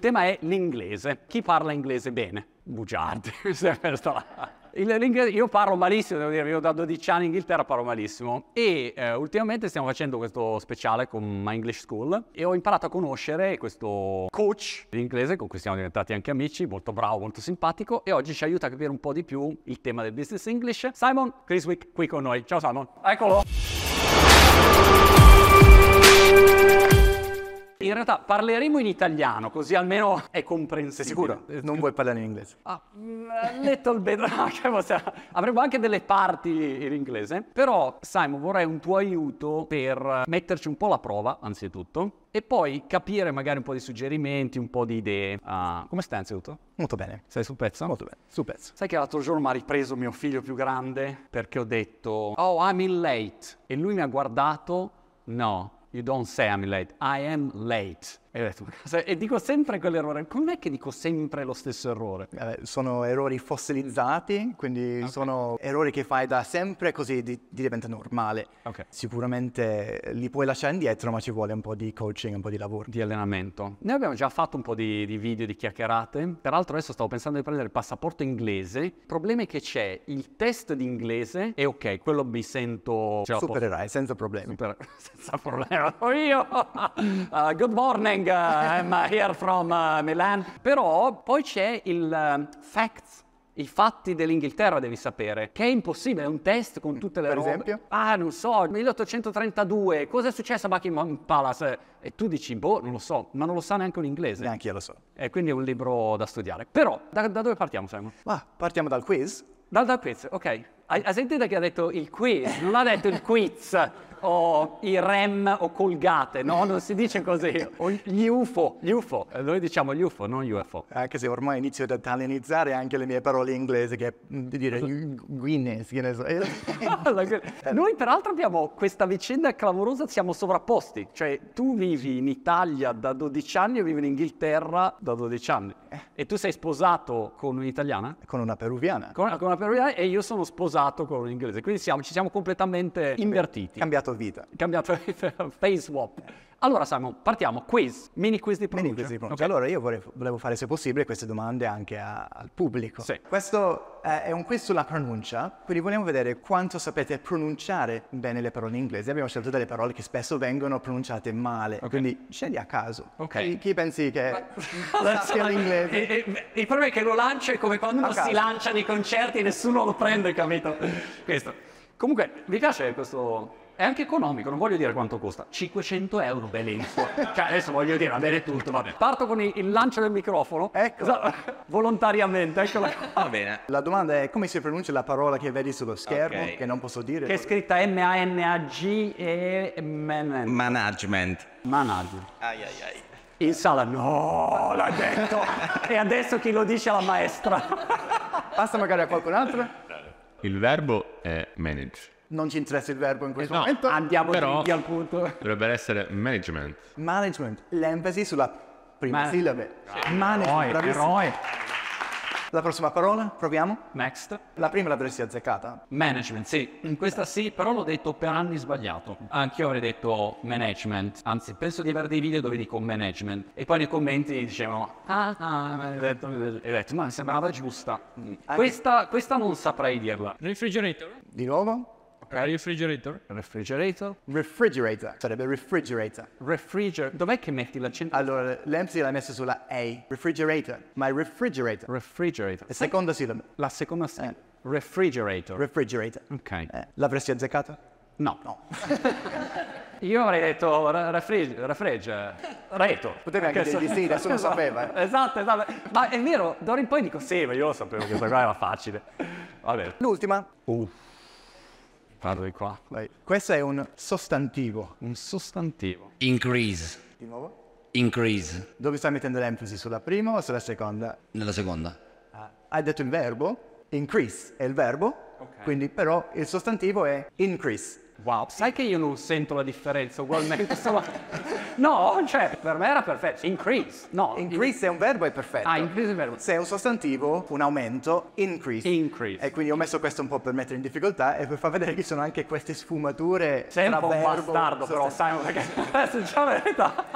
tema è l'inglese. Chi parla inglese bene? Bugiardi. Io parlo malissimo, devo dire, io da 12 anni in Inghilterra parlo malissimo e ultimamente stiamo facendo questo speciale con My English School e ho imparato a conoscere questo coach di inglese con cui siamo diventati anche amici, molto bravo, molto simpatico e oggi ci aiuta a capire un po' di più il tema del business English. Simon Criswick qui con noi. Ciao Simon. Eccolo. In realtà parleremo in italiano, così almeno è comprensibile. Sei sicuro? Non vuoi parlare in inglese? Little bit. Avremo anche delle parti in inglese, però Simon vorrei un tuo aiuto per metterci un po' alla prova, anzitutto, e poi capire magari un po' di suggerimenti, un po' di idee. Come stai anzitutto? Molto bene. Sei sul pezzo? Molto bene, sul pezzo. Sai che l'altro giorno mi ha ripreso mio figlio più grande perché ho detto "Oh, I'm in late" e lui mi ha guardato "No, you don't say I'm late, I am late". E ho detto, e dico sempre quell'errore. Com'è che dico sempre lo stesso errore? Sono errori fossilizzati, quindi sono errori che fai da sempre, così diventa normale. Sicuramente li puoi lasciare indietro, ma ci vuole un po' di coaching, un po' di lavoro. Di allenamento. Noi abbiamo già fatto un po' di video, di chiacchierate. Peraltro adesso stavo pensando di prendere il passaporto inglese. Il problema è che c'è il test di inglese e ok, quello mi sento... Supererai, senza problemi. Senza problemi. Io! Good morning! I'm here from Milan. Però poi c'è il facts, i fatti dell'Inghilterra devi sapere, che è impossibile, è un test con tutte le robe. Per esempio? Non so, 1832, cosa è successo a Buckingham Palace? E tu dici, boh, non lo so, ma non lo sa neanche un inglese. Neanche io lo so. E quindi è un libro da studiare. Però, da dove partiamo, Simon? Partiamo dal quiz. Dal quiz, ok. Hai sentito che ha detto il quiz, non ha detto il quiz o i REM o Colgate, no? Non si dice così. O gli UFO. Noi diciamo gli UFO, non UFO. Anche se ormai inizio ad italianizzare anche le mie parole inglesi, che di dire Guinness, che ne so. Noi peraltro abbiamo questa vicenda clamorosa, siamo sovrapposti. Cioè tu vivi in Italia da 12 anni e vivi in Inghilterra da 12 anni. E tu sei sposato con un'italiana? Con una peruviana. Con una peruviana e io sono sposato con un inglese. Quindi ci siamo completamente invertiti. Cambiato vita. Cambiato face swap. Allora Simon, partiamo. Quiz, mini quiz di pronuncia. Allora io volevo fare, se possibile, queste domande anche al pubblico. Sì. Questo è un quiz sulla pronuncia, quindi vogliamo vedere quanto sapete pronunciare bene le parole inglesi. Abbiamo scelto delle parole che spesso vengono pronunciate male, quindi scegli a caso. Chi pensi che sappia l'inglese? Il problema è che lo lancio è come quando si lanciano i concerti e nessuno lo prende, capito? Questo. Comunque, mi piace questo... È anche economico, non voglio dire quanto costa. 500 euro, bellissimo. Cioè, adesso voglio dire, avere tutto, vabbè. Parto con il lancio del microfono. Ecco. Volontariamente, eccola. Va bene. La domanda è come si pronuncia la parola che vedi sullo schermo, che non posso dire. Che è scritta M-A-N-A-G e... Management. In sala, no, l'ha detto. E adesso chi lo dice alla maestra. Passa magari a qualcun altro. Il verbo è manage. Non ci interessa il verbo in questo momento. Andiamo Però al punto. Dovrebbe essere management. Management, l'enfasi sulla prima sillaba. Management, eroe. La prossima parola, proviamo? Next. La prima l'avresti azzeccata. Management, sì. In questa sì, però l'ho detto per anni sbagliato. Anch'io avrei detto management. Anzi, penso di avere dei video dove dico management. E poi nei commenti dicevano, hai detto, ma mi sembrava giusta. Questa non saprei dirla. Refrigerator? Di nuovo? Refrigerator? Refrigerator? Refrigerator, sarebbe refrigerator. Dov'è che metti l'accento? Allora, l'emphasis l'hai messa sulla A, refrigerator, ma è refrigerator. Refrigerator. La seconda sillaba. La seconda sì. Refrigerator. Refrigerator. Ok. L'avresti azzeccata? No. Io avrei detto refrigerator. Potevi anche dire di sì, nessuno lo sapeva. Esatto. Ma è vero, d'ora in poi dico sì, ma io lo sapevo che questa qua era facile. Vabbè. L'ultima. Parlo di qua. Vai. Questo è un sostantivo. Un sostantivo. Increase. Di nuovo? Increase. Dove stai mettendo l'enfasi? Sulla prima o sulla seconda? Nella seconda. Hai detto il verbo? Increase è il verbo, quindi però il sostantivo è increase. Wow, sai che io non sento la differenza ugualmente? No, cioè, per me era perfetto. Increase, no. Increase è un verbo, è perfetto. Increase è un verbo. Se è un sostantivo, un aumento, increase. Increase. E quindi ho messo questo un po' per mettere in difficoltà e per far vedere che ci sono anche queste sfumature. Sei un tra po' un verbo, bastardo però, sai, perché sinceramente...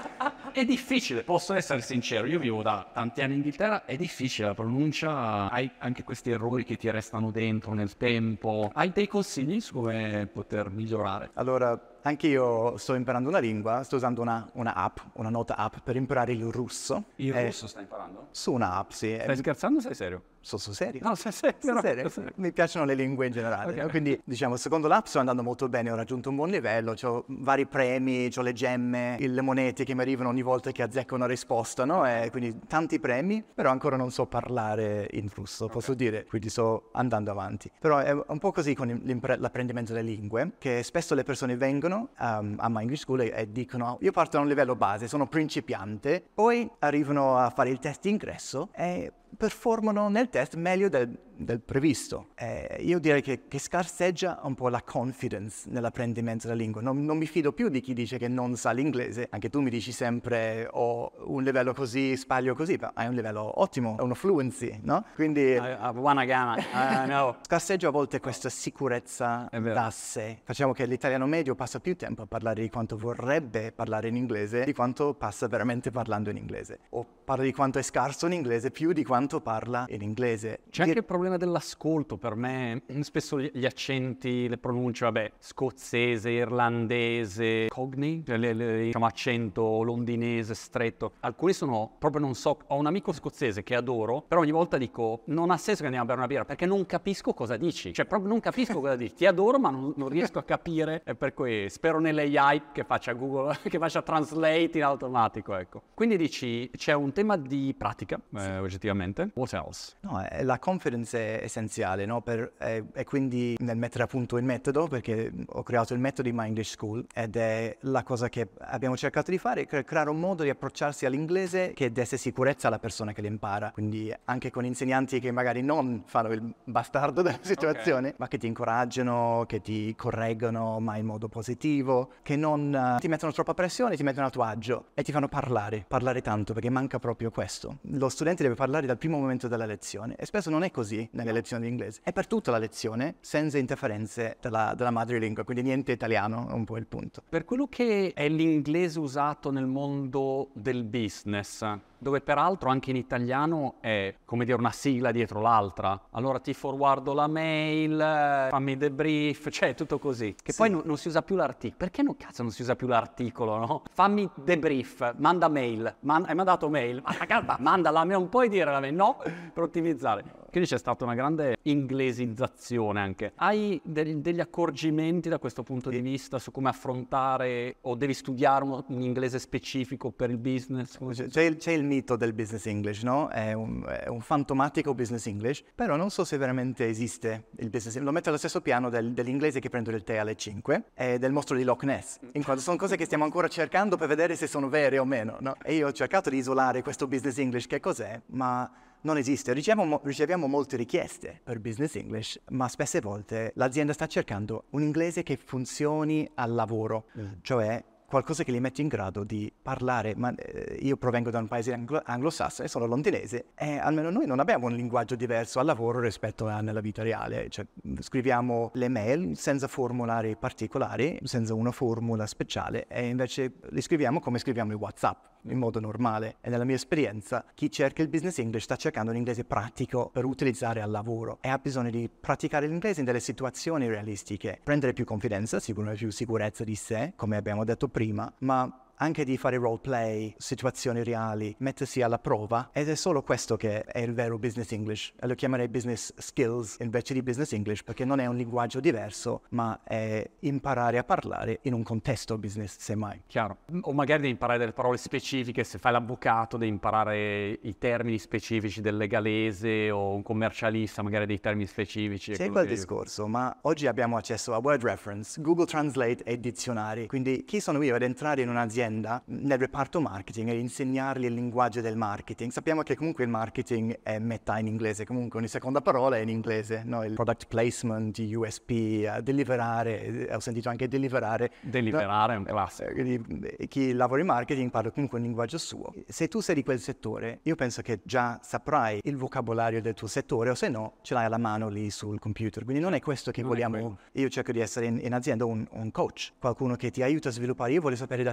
È difficile, posso essere sincero, io vivo da tanti anni in Inghilterra, è difficile la pronuncia, hai anche questi errori che ti restano dentro nel tempo. Hai dei consigli su come poter migliorare? Allora, anche io sto imparando una lingua, sto usando una app, una nota app per imparare il russo. Il russo stai imparando? Su una app, sì. Stai scherzando o sei serio? Sono serio. No, sei serio. Sono serio. Mi piacciono le lingue in generale. Okay. No? Quindi, diciamo, secondo l'app sto andando molto bene, ho raggiunto un buon livello, ho vari premi, ho le gemme, le monete che mi arrivano ogni volta che azzecco una risposta, no? E quindi tanti premi, però ancora non so parlare in russo, posso dire, quindi sto andando avanti. Però è un po' così con l'apprendimento delle lingue, che spesso le persone vengono a My English School e dicono, io parto da un livello base, sono principiante, poi arrivano a fare il test d'ingresso e performano nel test meglio del previsto. Io direi che scarseggia un po' la confidence nell'apprendimento della lingua. Non mi fido più di chi dice che non sa l'inglese. Anche tu mi dici sempre ho un livello così, sbaglio così, ma hai un livello ottimo, è uno fluency, no? Quindi Buona gana, no. scarseggia a volte questa sicurezza da sé. Facciamo che l'italiano medio passa più tempo a parlare di quanto vorrebbe parlare in inglese di quanto passa veramente parlando in inglese. O parla di quanto è scarso in inglese più di quanto parla in inglese. C'è anche il problema dell'ascolto per me, spesso gli accenti, le pronunce, vabbè, scozzese, irlandese, cogni, diciamo accento londinese, stretto. Alcuni sono, proprio non so, ho un amico scozzese che adoro, però ogni volta dico, non ha senso che andiamo a bere una birra, perché non capisco cosa dici, cioè proprio non capisco cosa dici, ti adoro ma non riesco a capire, e per cui spero nell'AI che faccia Google, che faccia translate in automatico, ecco. Quindi dici, c'è un tema di pratica, oggettivamente. What else? No, la confidence è essenziale, no? E quindi nel mettere a punto il metodo, perché ho creato il metodo di My English School ed è la cosa che abbiamo cercato di fare, creare un modo di approcciarsi all'inglese che desse sicurezza alla persona che l'impara, quindi anche con insegnanti che magari non fanno il bastardo della situazione, ma che ti incoraggiano, che ti correggono ma in modo positivo, che non ti mettono troppa pressione, ti mettono a tuo agio e ti fanno parlare tanto, perché manca proprio questo. Lo studente deve parlare dal primo momento della lezione e spesso non è così nelle lezioni di inglese, è per tutta la lezione senza interferenze della madrelingua, quindi niente italiano, è un po' il punto. Per quello che è l'inglese usato nel mondo del business, dove peraltro anche in italiano è come dire una sigla dietro l'altra, allora ti forwardo la mail, fammi debrief, cioè tutto così, che poi non si usa più l'articolo. Perché non cazzo non si usa più l'articolo, no? Fammi debrief, manda mail, hai mandato mail, mandala, non puoi dire la mail, no, per ottimizzare. Quindi c'è stata una grande inglesizzazione anche. Hai degli accorgimenti da questo punto di vista su come affrontare, o devi studiare un inglese specifico per il business? C'è il mito del business English, no? È un fantomatico business English, però non so se veramente esiste il business English. Lo metto allo stesso piano dell'inglese che prendo il tè alle 5 e del mostro di Loch Ness, in quanto sono cose che stiamo ancora cercando per vedere se sono vere o meno, no? E io ho cercato di isolare questo business English che cos'è, ma non esiste. Riceviamo molte richieste per business English, ma spesse volte l'azienda sta cercando un inglese che funzioni al lavoro, cioè qualcosa che li mette in grado di parlare. Ma io provengo da un paese anglosassone, sono londinese, e almeno noi non abbiamo un linguaggio diverso al lavoro rispetto a nella vita reale. Cioè, scriviamo le mail senza formulari particolari, senza una formula speciale, e invece li scriviamo come scriviamo i WhatsApp, in modo normale. E nella mia esperienza, chi cerca il business English sta cercando un inglese pratico per utilizzare al lavoro e ha bisogno di praticare l'inglese in delle situazioni realistiche, prendere più confidenza, più sicurezza di sé, come abbiamo detto prima, ma anche di fare role play, situazioni reali, mettersi alla prova, ed è solo questo che è il vero business English. E lo chiamerei business skills invece di business English, perché non è un linguaggio diverso, ma è imparare a parlare in un contesto business, semmai. Chiaro. O magari devi imparare delle parole specifiche, se fai l'avvocato devi imparare i termini specifici del legalese, o un commercialista magari dei termini specifici. C'è quel discorso, ma oggi abbiamo accesso a Word Reference, Google Translate e dizionari, quindi chi sono io ad entrare in un'azienda nel reparto marketing e insegnargli il linguaggio del marketing? Sappiamo che comunque il marketing è metà in inglese, comunque ogni seconda parola è in inglese, no? Il product placement, USP, deliverare, ho sentito anche deliverare. Deliverare, no? È un classico. Quindi chi lavora in marketing parla comunque un linguaggio suo. Se tu sei di quel settore, io penso che già saprai il vocabolario del tuo settore, o se no ce l'hai alla mano lì sul computer. Quindi non è questo che vogliamo. Io cerco di essere in azienda un coach, qualcuno che ti aiuta a sviluppare. Io voglio sapere da te tutto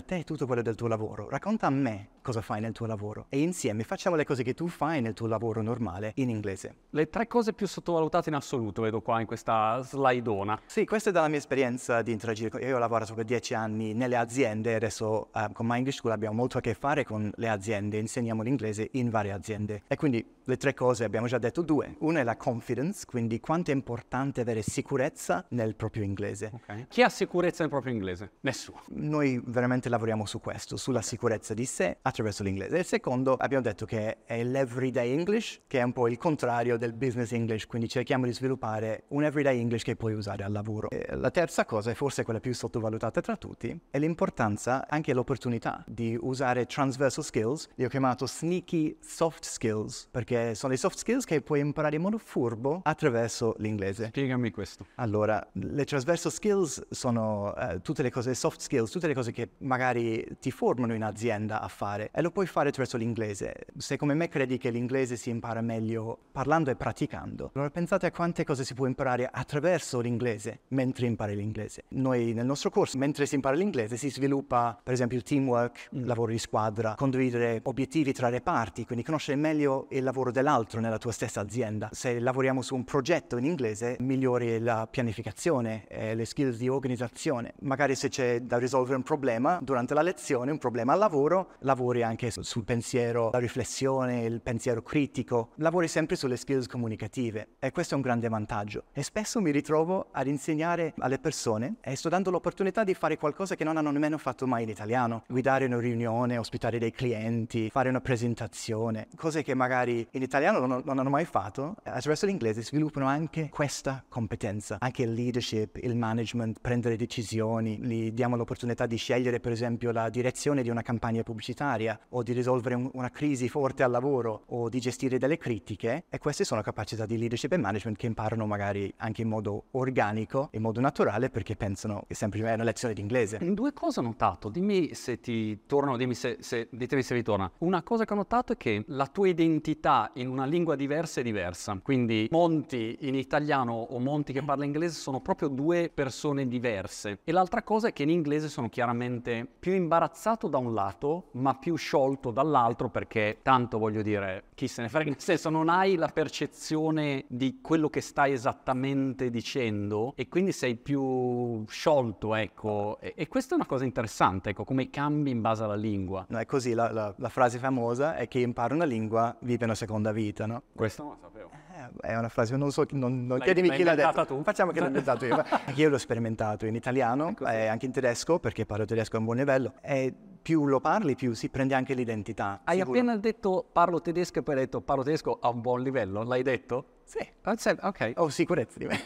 quello del tuo lavoro, racconta a me cosa fai nel tuo lavoro e insieme facciamo le cose che tu fai nel tuo lavoro normale in inglese. Le 3 cose più sottovalutate in assoluto, vedo qua in questa slaidona. Sì, questa è dalla mia esperienza di interagire. Io ho lavorato per 10 anni nelle aziende, adesso con My English School abbiamo molto a che fare con le aziende, insegniamo l'inglese in varie aziende. E quindi le 3 cose, abbiamo già detto 2. Una è la confidence, quindi quanto è importante avere sicurezza nel proprio inglese. Okay. Chi ha sicurezza nel proprio inglese? Nessuno. Noi veramente lavoriamo su questo, sulla sicurezza di sé attraverso l'inglese. Il secondo abbiamo detto che è l'everyday English, che è un po' il contrario del business English, quindi cerchiamo di sviluppare un everyday English che puoi usare al lavoro. E la terza cosa, e forse quella più sottovalutata tra tutti, è l'importanza, anche l'opportunità di usare transversal skills, li ho chiamato sneaky soft skills, perché sono dei soft skills che puoi imparare in modo furbo attraverso l'inglese. Spiegami questo. Allora, le transversal skills sono tutte le cose, soft skills, tutte le cose che magari ti formano in azienda a fare e lo puoi fare attraverso l'inglese. Se come me credi che l'inglese si impara meglio parlando e praticando, allora pensate a quante cose si può imparare attraverso l'inglese mentre impari l'inglese. Noi nel nostro corso, mentre si impara l'inglese, si sviluppa per esempio il teamwork, lavoro di squadra, condividere obiettivi tra reparti, quindi conoscere meglio il lavoro dell'altro nella tua stessa azienda. Se lavoriamo su un progetto in inglese, migliori la pianificazione, le skills di organizzazione. Magari se c'è da risolvere un problema durante la lezione, un problema al lavoro, lavori anche sul pensiero, la riflessione, il pensiero critico, lavori sempre sulle skills comunicative e questo è un grande vantaggio. E spesso mi ritrovo ad insegnare alle persone e sto dando l'opportunità di fare qualcosa che non hanno nemmeno fatto mai in italiano, guidare una riunione, ospitare dei clienti, fare una presentazione, cose che magari in italiano non hanno mai fatto. Attraverso l'inglese sviluppano anche questa competenza, anche il leadership, il management, prendere decisioni, gli diamo l'opportunità di scegliere per esempio la direzione di una campagna pubblicitaria o di risolvere una crisi forte al lavoro o di gestire delle critiche e queste sono capacità di leadership e management che imparano magari anche in modo organico, in modo naturale perché pensano che semplicemente è una lezione di inglese. 2 cose ho notato, dimmi se ti tornano, ditemi se ritorna. Una cosa che ho notato è che la tua identità in una lingua diversa è diversa, quindi Monti in italiano o Monti che parla inglese sono proprio 2 persone diverse. E l'altra cosa è che in inglese sono chiaramente più imbarazzato da un lato, ma più sciolto dall'altro perché tanto voglio dire, chi se ne frega, nel senso non hai la percezione di quello che stai esattamente dicendo e quindi sei più sciolto, ecco. E questa è una cosa interessante, ecco, come cambi in base alla lingua. No, è così, la frase famosa è che impara una lingua vive una seconda vita, no? Questo non lo sapevo. È una frase, non so, non chiedimi chi l'ha detto. Tu? Facciamo che l'ho inventato io. Io l'ho sperimentato in italiano e anche in tedesco, perché parlo tedesco a un buon livello. E più lo parli, più si prende anche l'identità. Hai sicuro. appena detto parlo tedesco e poi hai detto parlo tedesco a un buon livello, l'hai detto? Sì. Okay. Ho sicurezza di me.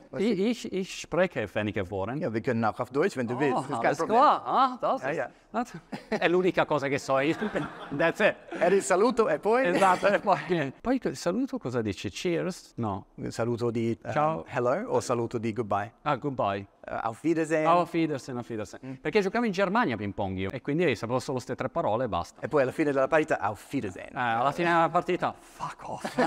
Ich spreche einige Worte. Ja, wir können auch auf Deutsch, wenn du willst. Das ist kein Alles Problem. klar. Das Ja. è l'unica cosa che so. That's it. Era il saluto e poi... Esatto. E poi il saluto cosa dice? Cheers? No. Il saluto di Ciao. hello o saluto di goodbye? Goodbye. Auf Wiedersehen. Auf Wiedersehen. Perché giocavo in Germania a ping pong io e quindi sapevo solo queste 3 parole e basta. E poi alla fine della partita, auf Wiedersehen. Alla fine della partita, fuck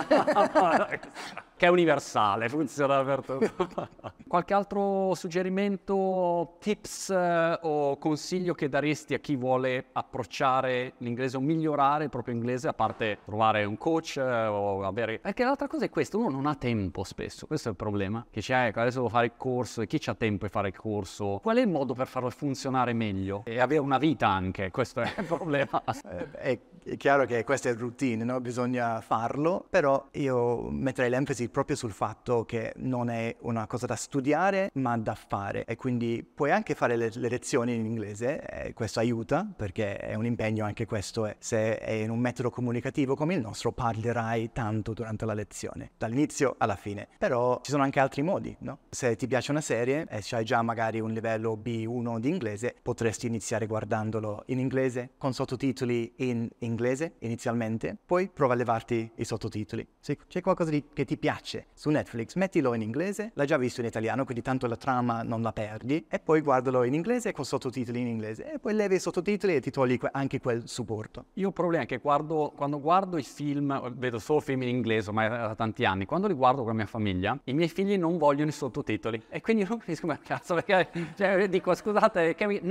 off. Che è universale, funziona per tutto. Qualche altro suggerimento, tips o consiglio che daresti a chi vuole approcciare l'inglese o migliorare il proprio inglese, a parte trovare un coach o avere... Perché l'altra cosa è questa, uno non ha tempo spesso, questo è il problema. Che c'è, adesso devo fare il corso e chi c'ha tempo di fare il corso? Qual è il modo per farlo funzionare meglio? E avere una vita anche, questo è il problema. È chiaro che questa è routine, no? Bisogna farlo, però io metterei l'enfasi proprio sul fatto che non è una cosa da studiare ma da fare e quindi puoi anche fare le lezioni in inglese e questo aiuta perché è un impegno anche questo, se è in un metodo comunicativo come il nostro parlerai tanto durante la lezione, dall'inizio alla fine, però ci sono anche altri modi, no? Se ti piace una serie e hai già magari un livello B1 di inglese, potresti iniziare guardandolo in inglese con sottotitoli in inglese inglese inizialmente, poi prova a levarti i sottotitoli. Se c'è qualcosa che ti piace su Netflix, mettilo in inglese, l'hai già visto in italiano, quindi tanto la trama non la perdi, e poi guardalo in inglese con sottotitoli in inglese, e poi levi i sottotitoli e ti togli anche quel supporto. Io ho un problema che quando guardo i film, vedo solo film in inglese ormai da tanti anni, quando li guardo con la mia famiglia, i miei figli non vogliono i sottotitoli, e quindi non capisco ma cazzo, perché cioè, dico scusate,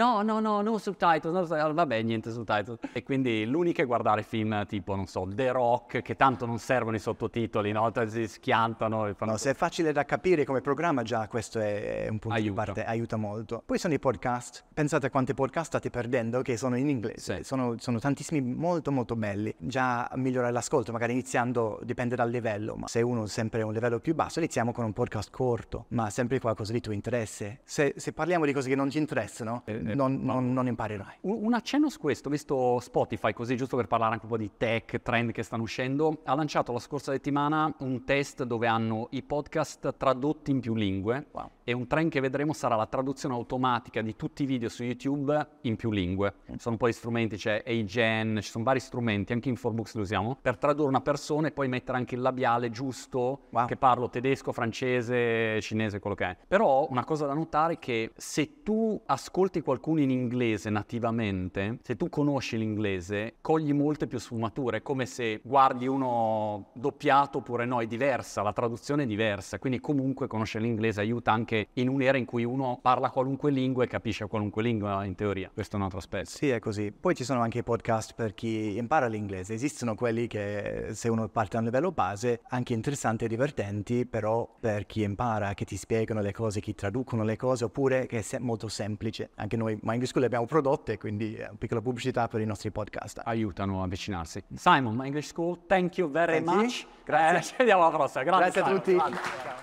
no subtitles, vabbè niente subtitles, e quindi l'unica è guardare film tipo, non so, The Rock, che tanto non servono i sottotitoli, no? Si schiantano. No, se è facile da capire come programma, già questo è un punto di parte, aiuta molto. Poi sono i podcast, pensate a quanti podcast state perdendo che sono in inglese, sono tantissimi molto molto belli, già migliorare l'ascolto, magari iniziando, dipende dal livello, ma se uno sempre è un livello più basso, iniziamo con un podcast corto, ma sempre qualcosa di tuo interesse. Se parliamo di cose che non ti interessano, non imparerai. Un accenno su questo, visto Spotify, così giusto per parlare anche un po' di tech, trend che stanno uscendo, ha lanciato la scorsa settimana un test dove hanno i podcast tradotti in più lingue. Wow. E un trend che vedremo sarà la traduzione automatica di tutti i video su YouTube in più lingue. Sono un po' di strumenti, c'è AGen, ci sono vari strumenti, anche in Infobooks lo usiamo, per tradurre una persona e poi mettere anche il labiale giusto, che parlo tedesco, francese, cinese, quello che è. Però una cosa da notare è che se tu ascolti qualcuno in inglese nativamente, se tu conosci l'inglese, cogli molte più sfumature, è come se guardi uno doppiato oppure no, è diversa, la traduzione è diversa, quindi comunque conoscere l'inglese aiuta anche in un'era in cui uno parla qualunque lingua e capisce qualunque lingua in teoria. Questo è un altro aspetto. Sì, è così. Poi ci sono anche i podcast per chi impara l'inglese. Esistono quelli che, se uno parte da un livello base, anche interessanti e divertenti, però per chi impara, che ti spiegano le cose, chi traducono le cose, oppure che è molto semplice. Anche noi My English School le abbiamo prodotte, quindi è una piccola pubblicità per i nostri podcast. Aiutano a avvicinarsi. Simon, My English School, thank you very much. Grazie. Ci vediamo alla prossima. Grazie a tutti. Grazie.